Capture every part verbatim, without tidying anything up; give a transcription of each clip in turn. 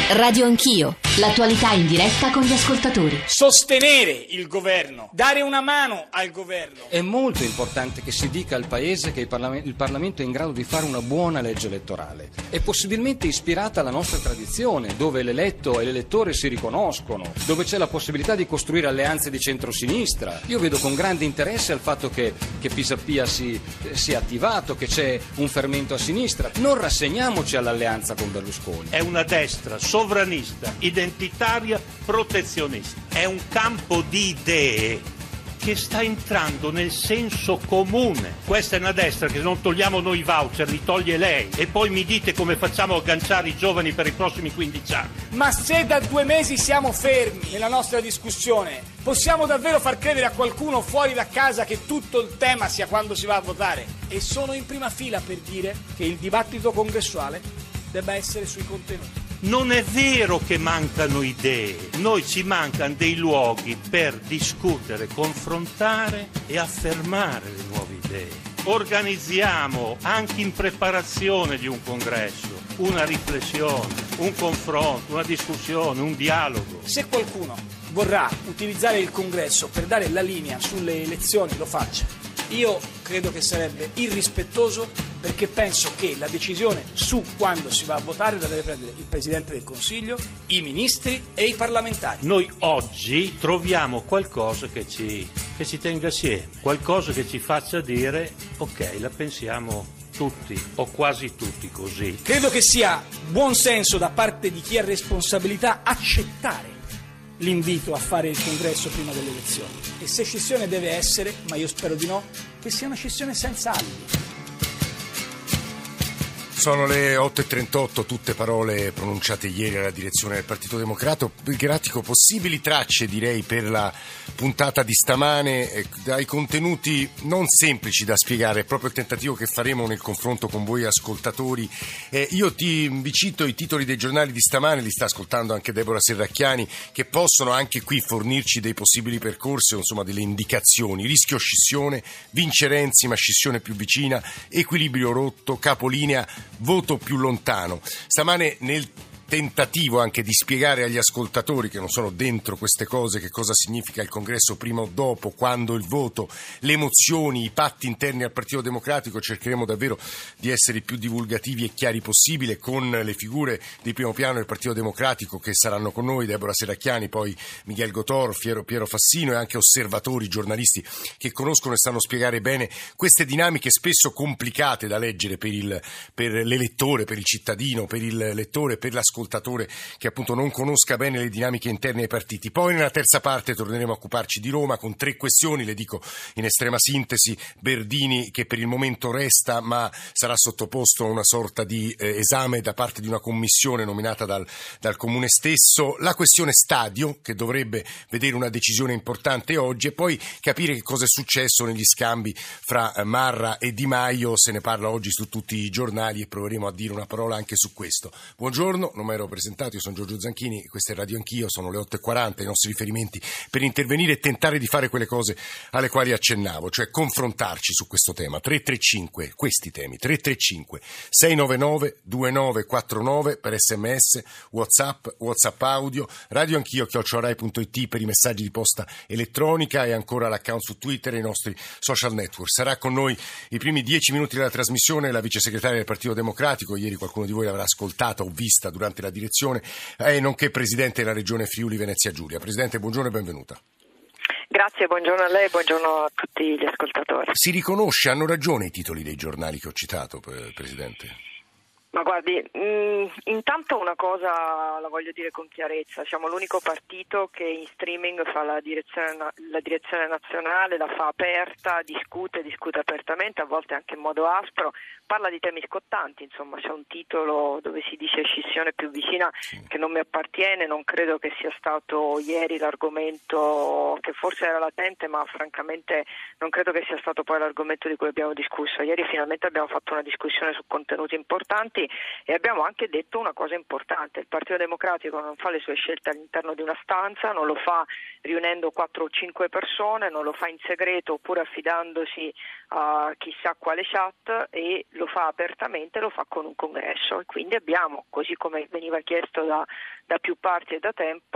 Radio Anch'io, l'attualità in diretta con gli ascoltatori. Sostenere il governo, dare una mano al governo. È molto importante che si dica al Paese che il Parlamento, il Parlamento è in grado di fare una buona legge elettorale. È possibilmente ispirata alla nostra tradizione, dove l'eletto e l'elettore si riconoscono, dove c'è la possibilità di costruire alleanze di centrosinistra. Io vedo con grande interesse al fatto che, che Pisapia si sia attivato, che c'è un fermento a sinistra. Non rassegniamoci all'alleanza con Berlusconi. È una destra sovranista, identitaria, protezionista. È un campo di idee che sta entrando nel senso comune. Questa è una destra che se non togliamo noi i voucher li toglie lei e poi mi dite come facciamo a agganciare i giovani per i prossimi quindici anni. Ma se da due mesi siamo fermi nella nostra discussione, possiamo davvero far credere a qualcuno fuori da casa che tutto il tema sia quando si va a votare? E sono in prima fila per dire che il dibattito congressuale debba essere sui contenuti. Non è vero che mancano idee, noi ci mancano dei luoghi per discutere, confrontare e affermare le nuove idee. Organizziamo, anche in preparazione di un congresso, una riflessione, un confronto, una discussione, un dialogo. Se qualcuno vorrà utilizzare il congresso per dare la linea sulle elezioni, lo faccia. Io credo che sarebbe irrispettoso, perché penso che la decisione su quando si va a votare la deve prendere il Presidente del Consiglio, i ministri e i parlamentari. Noi oggi troviamo qualcosa che ci, che ci tenga assieme, qualcosa che ci faccia dire ok, la pensiamo tutti o quasi tutti così. Credo che sia buon senso da parte di chi ha responsabilità accettare l'invito a fare il congresso prima delle elezioni. E se scissione deve essere, ma io spero di no, che sia una scissione senza alibi. Sono le otto e trentotto, tutte parole pronunciate ieri alla direzione del Partito Democratico, possibili tracce direi per la puntata di stamane, eh, dai contenuti non semplici da spiegare, è proprio il tentativo che faremo nel confronto con voi ascoltatori. Eh, io ti vi cito i titoli dei giornali di stamane, li sta ascoltando anche Deborah Serracchiani, che possono anche qui fornirci dei possibili percorsi, insomma delle indicazioni. Rischio scissione, vince Renzi ma scissione più vicina, equilibrio rotto, capolinea, voto più lontano. Stamane nel tentativo anche di spiegare agli ascoltatori che non sono dentro queste cose che cosa significa il congresso prima o dopo, quando il voto, le emozioni, i patti interni al Partito Democratico, cercheremo davvero di essere i più divulgativi e chiari possibile con le figure di primo piano del Partito Democratico che saranno con noi, Deborah Serracchiani, poi Miguel Gotor, Piero, Piero Fassino e anche osservatori, giornalisti che conoscono e sanno spiegare bene queste dinamiche spesso complicate da leggere per, il, per l'elettore, per il cittadino, per il lettore, per l'ascoltatore che appunto non conosca bene le dinamiche interne ai partiti. Poi nella terza parte torneremo a occuparci di Roma con tre questioni, le dico in estrema sintesi: Berdini che per il momento resta ma sarà sottoposto a una sorta di eh, esame da parte di una commissione nominata dal, dal Comune stesso, la questione stadio che dovrebbe vedere una decisione importante oggi e poi capire che cosa è successo negli scambi fra Marra e Di Maio. Se ne parla oggi su tutti i giornali e proveremo a dire una parola anche su questo. Buongiorno, non mi ero presentato, io sono Giorgio Zanchini, questa è Radio Anch'io, sono le otto e quaranta, i nostri riferimenti per intervenire e tentare di fare quelle cose alle quali accennavo, cioè confrontarci su questo tema. tre tre cinque, questi temi, tre tre cinque sei nove nove due nove quattro nove per sms, whatsapp, whatsapp audio, Radio Anch'io chiocciola rai punto it per i messaggi di posta elettronica e ancora l'account su Twitter e i nostri social network. Sarà con noi i primi dieci minuti della trasmissione la vice segretaria del Partito Democratico, ieri qualcuno di voi l'avrà ascoltata o vista durante la direzione, e nonché Presidente della Regione Friuli Venezia Giulia. Presidente, buongiorno e benvenuta. Grazie, buongiorno a lei, buongiorno a tutti gli ascoltatori. Si riconosce, hanno ragione i titoli dei giornali che ho citato, Presidente? Ma guardi, mh, intanto una cosa la voglio dire con chiarezza: siamo l'unico partito che in streaming fa la direzione, la direzione nazionale, la fa aperta, discute, discute apertamente, a volte anche in modo aspro, parla di temi scottanti, insomma c'è un titolo dove si dice scissione più vicina che non mi appartiene, non credo che sia stato ieri l'argomento, che forse era latente, ma francamente non credo che sia stato poi l'argomento di cui abbiamo discusso. Ieri finalmente abbiamo fatto una discussione su contenuti importanti partiti, e abbiamo anche detto una cosa importante: il Partito Democratico non fa le sue scelte all'interno di una stanza, non lo fa riunendo quattro o cinque persone, non lo fa in segreto oppure affidandosi a chissà quale chat, e lo fa apertamente, lo fa con un congresso. E quindi abbiamo, così come veniva chiesto da, da più parti e da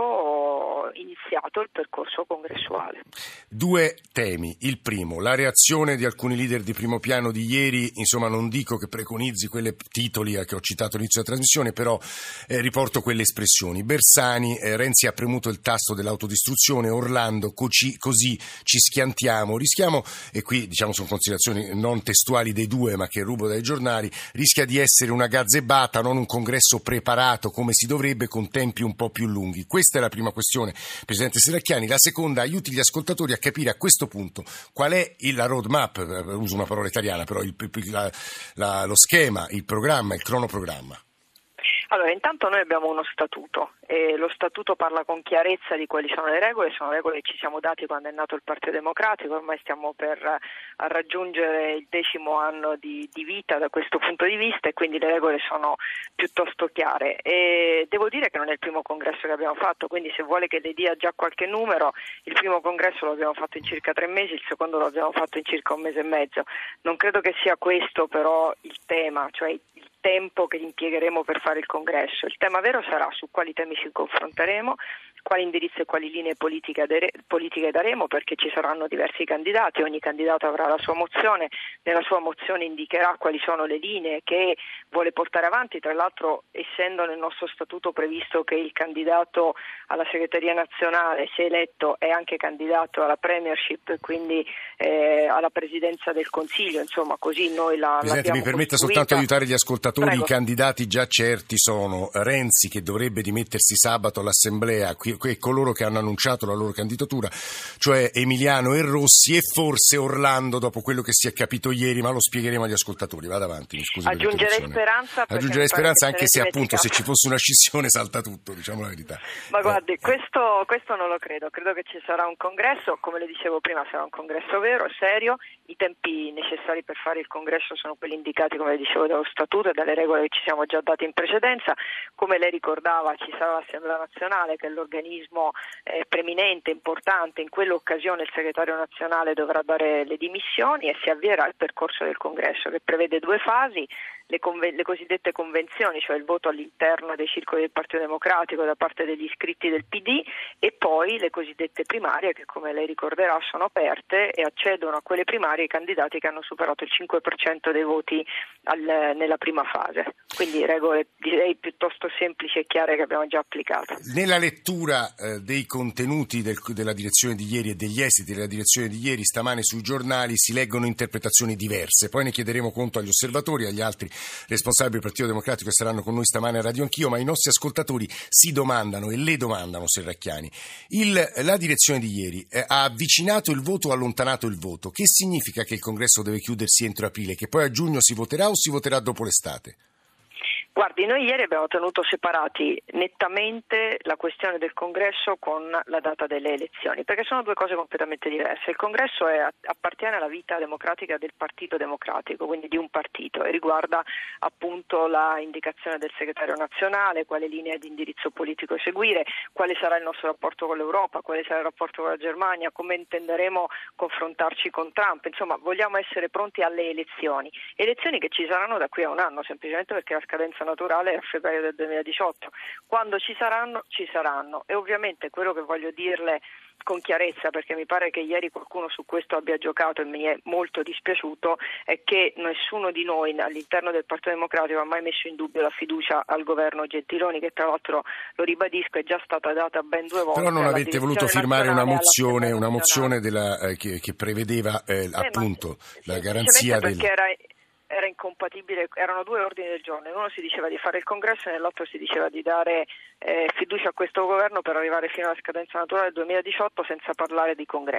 tempo, iniziato il percorso congressuale. Due temi. Il primo, la reazione di alcuni leader di primo piano di ieri, insomma non dico che preconizzi quelle titoli che ho citato all'inizio della trasmissione, però eh, riporto quelle espressioni. Bersani, eh, Renzi ha premuto il tasto dell'autodistruzione, Orlando, così, così ci schiantiamo, rischiamo, e qui diciamo sono considerazioni non testuali dei due ma che rubo dai giornali, rischia di essere una gazzebata, non un congresso preparato come si dovrebbe, con tempi un po' più lunghi. Questa è la prima questione, Presidente Serracchiani. La seconda, aiuti gli ascoltatori a capire a questo punto qual è il, la roadmap, uso una parola italiana, però il, la, la, lo schema, il programma, il cronoprogramma. Allora, intanto noi abbiamo uno statuto e lo statuto parla con chiarezza di quali sono le regole, sono regole che ci siamo dati quando è nato il Partito Democratico, ormai stiamo per raggiungere il decimo anno di, di vita da questo punto di vista, e quindi le regole sono piuttosto chiare. E devo dire che non è il primo congresso che abbiamo fatto, quindi se vuole che le dia già qualche numero, il primo congresso lo abbiamo fatto in circa tre mesi, il secondo lo abbiamo fatto in circa un mese e mezzo. Non credo che sia questo però il tema, cioè il tempo che impiegheremo per fare il congresso. Il tema vero sarà su quali temi ci confronteremo, quali indirizzi e quali linee politiche, adere, politiche daremo, perché ci saranno diversi candidati, ogni candidato avrà la sua mozione, nella sua mozione indicherà quali sono le linee che vuole portare avanti, tra l'altro essendo nel nostro statuto previsto che il candidato alla segreteria nazionale, se eletto, è anche candidato alla premiership, quindi eh, alla presidenza del Consiglio, insomma così noi la Presidente, mi permetta soltanto di aiutare gli ascoltatori. Prego. I candidati già certi sono Renzi, che dovrebbe dimettersi sabato all'Assemblea, e coloro che hanno annunciato la loro candidatura, cioè Emiliano e Rossi, e forse Orlando, dopo quello che si è capito ieri, ma lo spiegheremo agli ascoltatori. Vada avanti, mi scusi. Aggiungerei speranza, aggiungerei speranza anche se appunto se ci fosse una scissione salta tutto, diciamo la verità. Ma eh. guardi, questo, questo non lo credo, credo che ci sarà un congresso, come le dicevo prima sarà un congresso vero, serio, i tempi necessari per fare il congresso sono quelli indicati, come le dicevo, dallo statuto e dalle regole che ci siamo già date in precedenza. Come lei ricordava, ci sarà l'Assemblea nazionale, che è l'organismo eh, preminente, importante. In quell'occasione il segretario nazionale dovrà dare le dimissioni e si avvierà il percorso del congresso, che prevede due fasi: le, conven- le cosiddette convenzioni, cioè il voto all'interno dei circoli del Partito Democratico da parte degli iscritti del P D, e poi le cosiddette primarie, che come lei ricorderà sono aperte e accedono a quelle primarie i candidati che hanno superato il cinque per cento dei voti al, nella prima fase. Quindi regole direi piuttosto semplici e chiare che abbiamo già applicato. Nella lettura eh, dei contenuti del, della direzione di ieri e degli esiti della direzione di ieri, stamane sui giornali si leggono interpretazioni diverse. Poi ne chiederemo conto agli osservatori, agli altri responsabili del Partito Democratico che saranno con noi stamane a Radio Anch'io, ma i nostri ascoltatori si domandano e le domandano, Serracchiani, il, la direzione di ieri eh, ha avvicinato il voto o allontanato il voto? Che significa che il congresso deve chiudersi entro aprile, che poi a giugno si voterà o si voterà dopo l'estate? Guardi, noi ieri abbiamo tenuto separati nettamente la questione del congresso con la data delle elezioni, perché sono due cose completamente diverse. Il congresso è, appartiene alla vita democratica del Partito Democratico, quindi di un partito, e riguarda appunto la indicazione del segretario nazionale, quale linea di indirizzo politico seguire, quale sarà il nostro rapporto con l'Europa, quale sarà il rapporto con la Germania, come intenderemo confrontarci con Trump. Insomma, vogliamo essere pronti alle elezioni, elezioni che ci saranno da qui a un anno, semplicemente perché la scadenza naturale è a febbraio del duemiladiciotto. Quando ci saranno, ci saranno. E ovviamente quello che voglio dirle con chiarezza, perché mi pare che ieri qualcuno su questo abbia giocato e mi è molto dispiaciuto, è che nessuno di noi all'interno del Partito Democratico ha mai messo in dubbio la fiducia al governo Gentiloni, che tra l'altro, lo ribadisco, è già stata data ben due volte. Però non avete voluto firmare una mozione, una mozione della, eh, che, che prevedeva eh, eh, appunto la garanzia del... Era, era incompatibile, erano due ordini del giorno, in uno si diceva di fare il congresso e nell'altro si diceva di dare eh, fiducia a questo governo per arrivare fino alla scadenza naturale del duemiladiciotto senza parlare di congresso.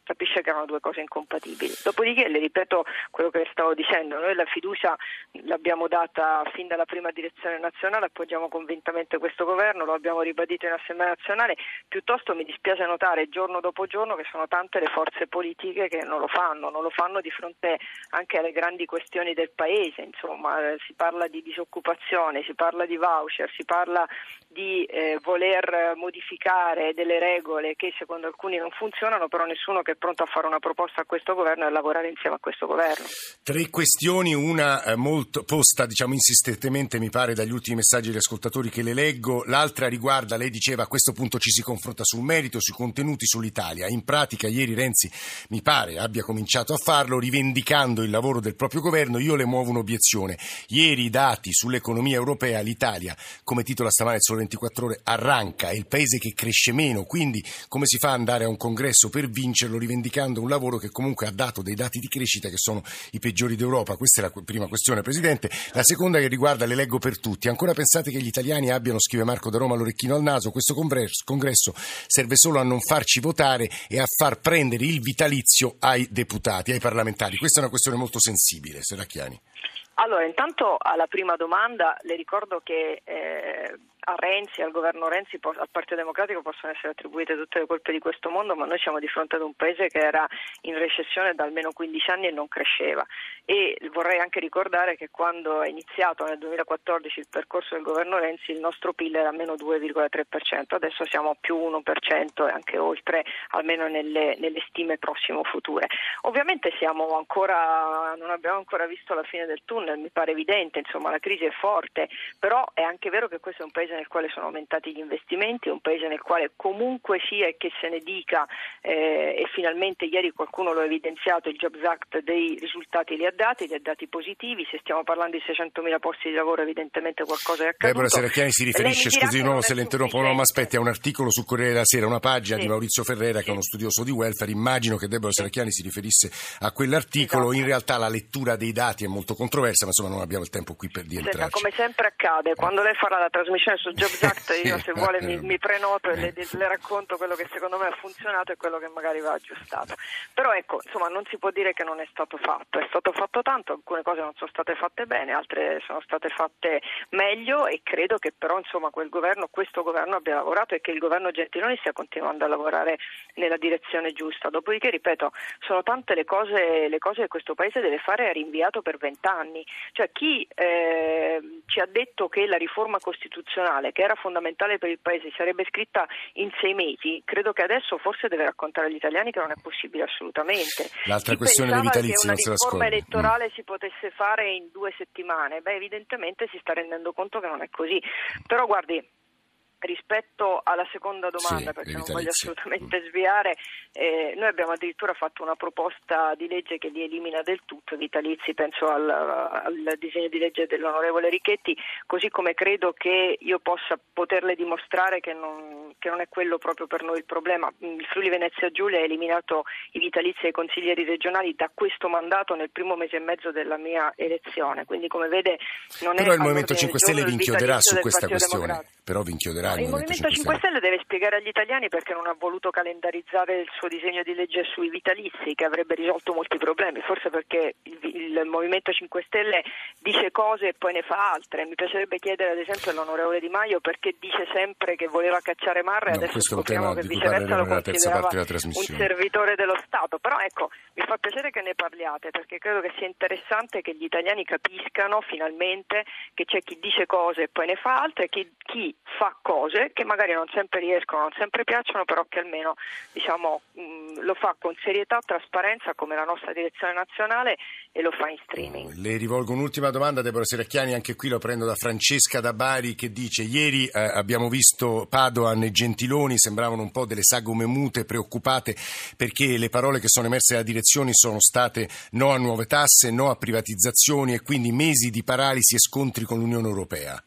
capisce che erano due cose incompatibili. Dopodiché le ripeto quello che stavo dicendo, noi la fiducia l'abbiamo data fin dalla prima direzione nazionale, appoggiamo convintamente questo governo, lo abbiamo ribadito in Assemblea nazionale, piuttosto mi dispiace notare giorno dopo giorno che sono tante le forze politiche che non lo fanno, non lo fanno di fronte anche alle grandi questioni del paese, insomma si parla di disoccupazione, si parla di voucher, si parla di eh, voler modificare delle regole che secondo alcuni non funzionano, però nessuno che è pronto a fare una proposta a questo governo e a lavorare insieme a questo governo. Tre questioni, una eh, molto posta diciamo insistentemente mi pare dagli ultimi messaggi degli ascoltatori che le leggo, l'altra riguarda, lei diceva a questo punto ci si confronta sul merito, sui contenuti, sull'Italia. In pratica ieri Renzi mi pare abbia cominciato a farlo rivendicando il lavoro del proprio governo. Io le muovo un'obiezione: ieri i dati sull'economia europea, l'Italia, come titola stamane il Sole ventiquattro Ore, arranca, è il paese che cresce meno, quindi come si fa ad andare a un congresso per vincerlo rivendicando un lavoro che comunque ha dato dei dati di crescita che sono i peggiori d'Europa? Questa è la prima questione, Presidente. La seconda che riguarda, le leggo per tutti: ancora pensate che gli italiani abbiano, scrive Marco da Roma, l'orecchino al naso? Questo congresso serve solo a non farci votare e a far prendere il vitalizio ai deputati, ai parlamentari. Questa è una questione molto sensibile, Serracchiani. Allora, intanto alla prima domanda le ricordo che eh, a Renzi, al governo Renzi, al Partito Democratico possono essere attribuite tutte le colpe di questo mondo, ma noi siamo di fronte ad un paese che era in recessione da almeno quindici anni e non cresceva. E vorrei anche ricordare che quando è iniziato nel duemilaquattordici il percorso del governo Renzi il nostro P I L era meno due virgola tre per cento, adesso siamo più uno per cento e anche oltre, almeno nelle, nelle stime prossimo future. Ovviamente siamo ancora, non abbiamo ancora visto la fine del tunnel, mi pare evidente, insomma la crisi è forte, però è anche vero che questo è un paese nel quale sono aumentati gli investimenti, un paese nel quale comunque sia e che se ne dica eh, e finalmente ieri qualcuno lo ha evidenziato, il Jobs Act dei risultati li ha dati, li ha dati positivi. Se stiamo parlando di seicentomila posti di lavoro evidentemente qualcosa è accaduto. Deborah Serracchiani si riferisce, scusi di nuovo se le interrompo, no, ma aspetti, a un articolo sul Corriere della Sera, una pagina sì. di Maurizio Ferrera, sì. che è uno studioso di welfare. Immagino che Deborah sì. Serracchiani si riferisse a quell'articolo. Esatto. In realtà la lettura dei dati è molto controversa, ma insomma non abbiamo il tempo qui per di entrarci. Come sempre accade, quando lei farà la trasmissione sul Jobs Act io se vuole mi, mi prenoto e le, le racconto quello che secondo me ha funzionato e quello che magari va aggiustato. Però ecco, insomma non si può dire che non è stato fatto, è stato fatto tanto, alcune cose non sono state fatte bene, altre sono state fatte meglio e credo che però insomma quel governo, questo governo abbia lavorato e che il governo Gentiloni stia continuando a lavorare nella direzione giusta. Dopodiché, ripeto, sono tante le cose, le cose che questo paese deve fare e ha rinviato per vent'anni. Cioè chi eh, ci ha detto che la riforma costituzionale, che era fondamentale per il paese, sarebbe scritta in sei mesi, credo che adesso forse deve raccontare agli italiani che non è possibile assolutamente. L'altra chi questione dei vitalizi non se la scorda. Che una riforma elettorale mm. si potesse fare in due settimane, beh evidentemente si sta rendendo conto che non è così. Però guardi, rispetto alla seconda domanda, sì, perché non voglio assolutamente sviare, eh, noi abbiamo addirittura fatto una proposta di legge che li elimina del tutto i vitalizi, penso al, al disegno di legge dell'onorevole Richetti, così come credo che io possa poterle dimostrare che non, che non è quello proprio per noi il problema. Il Friuli Venezia Giulia ha eliminato i vitalizi ai consiglieri regionali da questo mandato nel primo mese e mezzo della mia elezione, quindi come vede non però è il Movimento cinque Stelle vi inchioderà su questa Partito questione Democratico. Però vi inchioderà il, il Movimento cinque Stelle deve spiegare agli italiani perché non ha voluto calendarizzare il suo disegno di legge sui vitalizi, che avrebbe risolto molti problemi, forse perché il, il Movimento cinque Stelle dice cose e poi ne fa altre. Mi piacerebbe chiedere ad esempio all'onorevole Di Maio perché dice sempre che voleva cacciare Marra e no, adesso scopriamo che viceversa lo considerava un servitore dello Stato. Però ecco, mi fa piacere che ne parliate perché credo che sia interessante che gli italiani capiscano finalmente che c'è chi dice cose e poi ne fa altre e chi, chi fa cose che magari non sempre riescono, non sempre piacciono, però che almeno diciamo mh, lo fa con serietà, trasparenza come la nostra direzione nazionale e lo fa in streaming. Le rivolgo un'ultima domanda, Deborah Serracchiani, anche qui lo prendo da Francesca da Bari che dice: ieri eh, abbiamo visto Padoan e Gentiloni, sembravano un po' delle sagome mute, preoccupate perché le parole che sono emerse dalla direzione sono state no a nuove tasse, no a privatizzazioni e quindi mesi di paralisi e scontri con l'Unione Europea.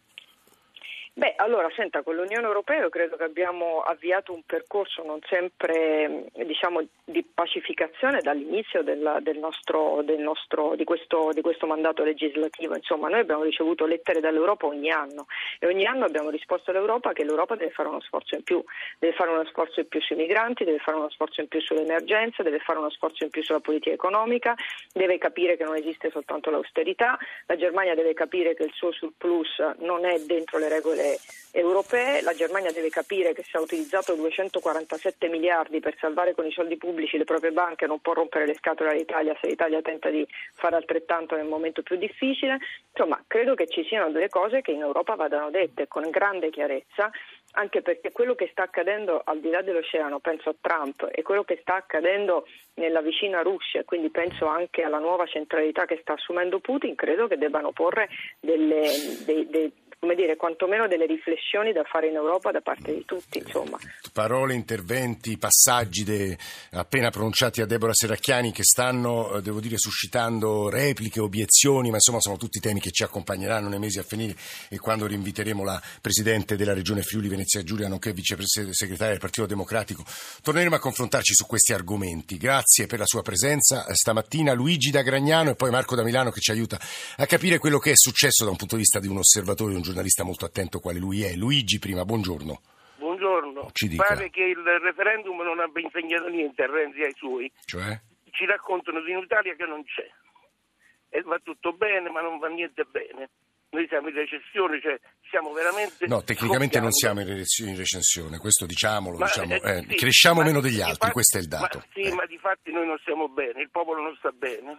Beh, allora, senta, con l'Unione Europea io credo che abbiamo avviato un percorso non sempre, diciamo, di pacificazione dall'inizio della, del nostro, del nostro, di questo, di questo mandato legislativo. Insomma, noi abbiamo ricevuto lettere dall'Europa ogni anno e ogni anno abbiamo risposto all'Europa che l'Europa deve fare uno sforzo in più, deve fare uno sforzo in più sui migranti, deve fare uno sforzo in più sull'emergenza, deve fare uno sforzo in più sulla politica economica, deve capire che non esiste soltanto l'austerità, la Germania deve capire che il suo surplus non è dentro le regole europee, la Germania deve capire che se ha utilizzato duecentoquarantasette miliardi per salvare con i soldi pubblici le proprie banche non può rompere le scatole all'Italia se l'Italia tenta di fare altrettanto nel momento più difficile. Insomma, credo che ci siano delle cose che in Europa vadano dette con grande chiarezza, anche perché quello che sta accadendo al di là dell'oceano, penso a Trump, e quello che sta accadendo nella vicina Russia, quindi penso anche alla nuova centralità che sta assumendo Putin, credo che debbano porre delle, dei, dei, come dire, quantomeno delle riflessioni da fare in Europa da parte di tutti, insomma. Parole, interventi, passaggi de, appena pronunciati a Deborah Serracchiani che stanno, devo dire, suscitando repliche, obiezioni, ma insomma sono tutti temi che ci accompagneranno nei mesi a venire, e quando rinviteremo la Presidente della Regione Friuli Venezia Giulia, nonché Vicesegretaria del Partito Democratico, torneremo a confrontarci su questi argomenti. Grazie per la sua presenza stamattina, Luigi da Gragnano e poi Marco da Milano, che ci aiuta a capire quello che è successo da un punto di vista di un osservatore, un giornalista molto attento quale lui è. Luigi, prima, buongiorno. Buongiorno. Ci dica. Pare che il referendum non abbia insegnato niente a Renzi e ai suoi. Cioè? Ci raccontano di un'Italia che non c'è. E va tutto bene, ma non va niente bene. Noi siamo in recessione, cioè siamo veramente... No, tecnicamente scoppiando. non siamo in recensione, questo diciamolo, Ma, diciamo, eh, eh, sì, cresciamo ma, meno degli altri, difatti, questo è il dato. Ma, sì, eh. ma di fatti noi non stiamo bene, il popolo non sta bene.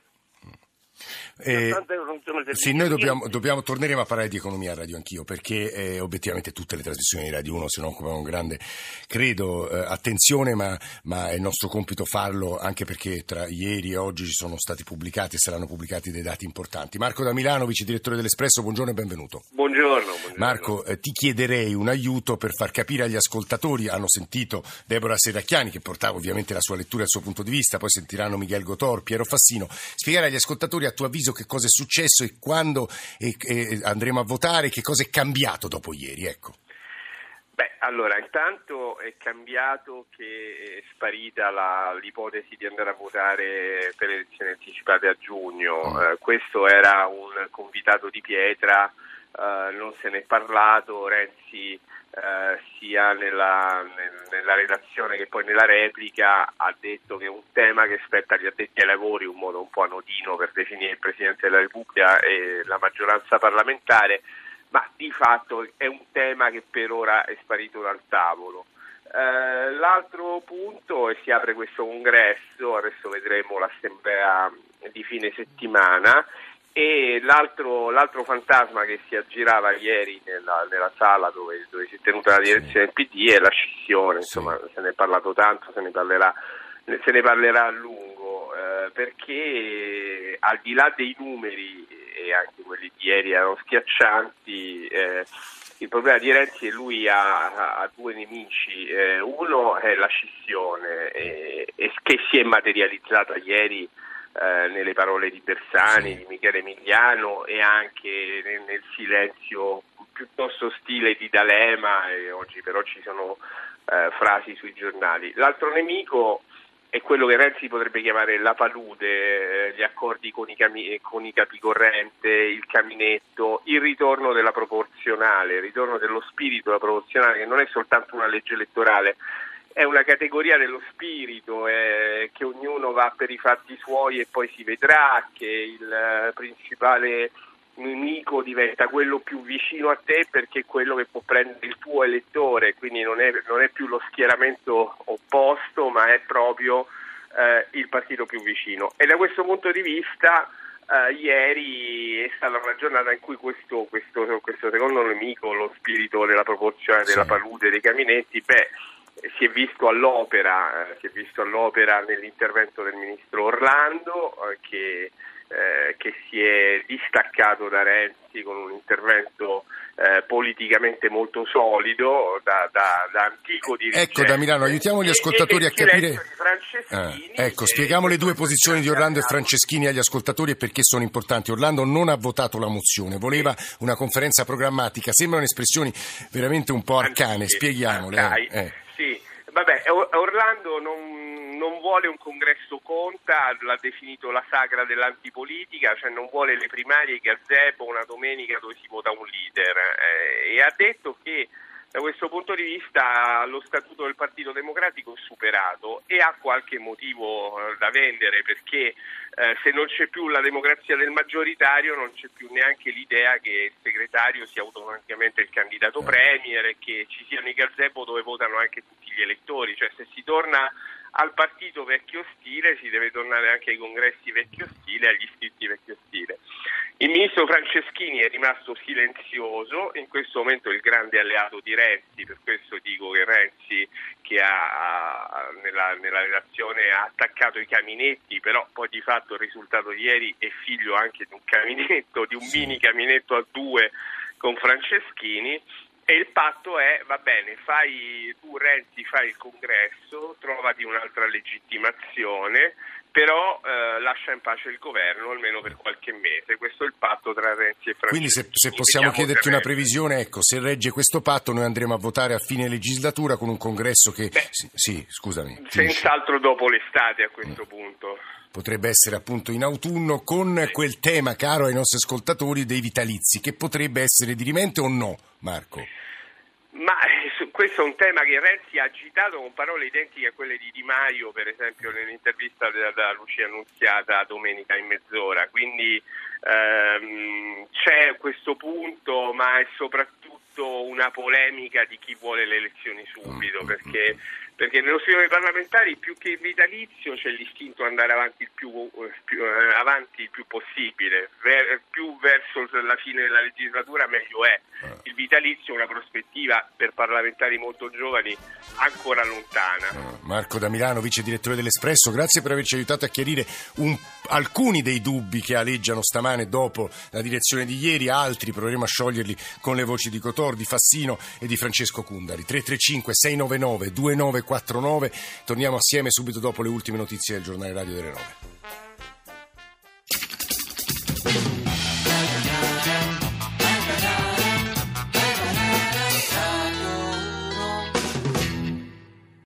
Eh, sì, noi dobbiamo, dobbiamo, torneremo a parlare di economia a Radio Anch'io, perché eh, obiettivamente tutte le trasmissioni di Radio uno se ne occupano con grande, credo, eh, attenzione, ma, ma è il nostro compito farlo, anche perché tra ieri e oggi ci sono stati pubblicati e saranno pubblicati dei dati importanti. Marco da Milano, vice direttore dell'Espresso, buongiorno e benvenuto. Buongiorno, buongiorno. Marco, eh, ti chiederei un aiuto per far capire agli ascoltatori, hanno sentito Deborah Serracchiani che portava ovviamente la sua lettura e il suo punto di vista, poi sentiranno Miguel Gotor, Piero Fassino, spiegare agli ascoltatori a tuo avviso che cosa è successo e quando e, e andremo a votare, che cosa è cambiato dopo ieri, ecco. Beh, allora, intanto è cambiato che è sparita la, l'ipotesi di andare a votare per le elezioni anticipate a giugno. Mm. Eh, questo era un convitato di pietra, eh, non se ne è parlato, Renzi eh, sia nella, nel, nella relazione che poi nella replica ha detto che è un tema che spetta agli addetti ai lavori, un modo un po' anodino per definire il Presidente della Repubblica e la maggioranza parlamentare, ma di fatto è un tema che per ora è sparito dal tavolo. Eh, l'altro punto è che si apre questo congresso, adesso vedremo l'assemblea di fine settimana, e l'altro, l'altro fantasma che si aggirava ieri nella, nella sala dove, dove si è tenuta la direzione del P D è la scissione, insomma se ne è parlato tanto, se ne parlerà, se ne parlerà a lungo, eh, perché al di là dei numeri, e anche quelli di ieri erano schiaccianti, eh, il problema di Renzi è che lui ha, ha due nemici, eh, uno è la scissione eh, e che si è materializzata ieri eh, nelle parole di Bersani, di Michele Emiliano e anche nel, nel silenzio piuttosto ostile di D'Alema, e oggi però ci sono eh, frasi sui giornali. L'altro nemico è quello che Renzi potrebbe chiamare la palude, gli accordi con i, cami- con i capicorrente, il caminetto, il ritorno della proporzionale, il ritorno dello spirito della proporzionale, che non è soltanto una legge elettorale, è una categoria dello spirito, eh, che ognuno va per i fatti suoi e poi si vedrà, che il eh, principale nemico diventa quello più vicino a te perché è quello che può prendere il tuo elettore, quindi non è, non è più lo schieramento opposto, ma è proprio eh, il partito più vicino. E da questo punto di vista eh, ieri è stata una giornata in cui questo, questo, questo secondo nemico, lo spirito della proporzione, della palude, dei caminetti, beh, si è visto all'opera, eh, si è visto all'opera nell'intervento del ministro Orlando, eh, che Eh, che si è distaccato da Renzi con un intervento eh, politicamente molto solido, da, da, da antico dirigente. Ecco, da Milano, aiutiamo gli ascoltatori e, a capire. Ah, ecco, spieghiamo le due posizioni di Orlando e Franceschini agli ascoltatori e perché sono importanti. Orlando non ha votato la mozione, voleva una conferenza programmatica, sembrano espressioni veramente un po' arcane, spieghiamole. Eh. Sì, vabbè, Orlando non. non vuole un congresso conta, l'ha definito la sagra dell'antipolitica, cioè non vuole le primarie gazebo una domenica dove si vota un leader, e ha detto che da questo punto di vista lo statuto del Partito Democratico è superato e ha qualche motivo da vendere, perché eh, se non c'è più la democrazia del maggioritario non c'è più neanche l'idea che il segretario sia automaticamente il candidato premier e che ci siano i gazebo dove votano anche tutti gli elettori, cioè se si torna al partito vecchio stile si deve tornare anche ai congressi vecchio stile, agli iscritti vecchio stile. Il ministro Franceschini è rimasto silenzioso, in questo momento è il grande alleato di Renzi, per questo dico che Renzi che ha nella, nella relazione ha attaccato i caminetti, però poi di fatto il risultato di ieri è figlio anche di un caminetto, di un mini caminetto a due con Franceschini. E il patto è, va bene, fai tu Renzi, fai il congresso, trovati un'altra legittimazione, però eh, lascia in pace il governo almeno per qualche mese. Questo è il patto tra Renzi e Franceschini. Quindi se, se possiamo chiederti una previsione, ecco, se regge questo patto noi andremo a votare a fine legislatura con un congresso che... Beh, sì, sì, scusami. Senz'altro dopo l'estate a questo mm. punto. Potrebbe essere appunto in autunno con sì. quel tema caro ai nostri ascoltatori dei vitalizi, che potrebbe essere dirimente o no, Marco? Ma questo è un tema che Renzi ha agitato con parole identiche a quelle di Di Maio, per esempio nell'intervista da, da Lucia Annunziata domenica in mezz'ora, quindi ehm, c'è questo punto, ma è soprattutto una polemica di chi vuole le elezioni subito, perché perché nello studio dei parlamentari più che il vitalizio c'è l'istinto ad andare avanti il più, più, eh, avanti il più possibile, Ver, più verso la fine della legislatura meglio è. Il vitalizio è una prospettiva per parlamentari molto giovani ancora lontana. Marco da Milano, vice direttore dell'Espresso, grazie per averci aiutato a chiarire un, alcuni dei dubbi che aleggiano stamane dopo la direzione di ieri, altri proveremo a scioglierli con le voci di Cotor, di Fassino e di Francesco Cundari. tre tre cinque sei nove nove due nove quattro nove, torniamo assieme subito dopo le ultime notizie del giornale radio delle nove.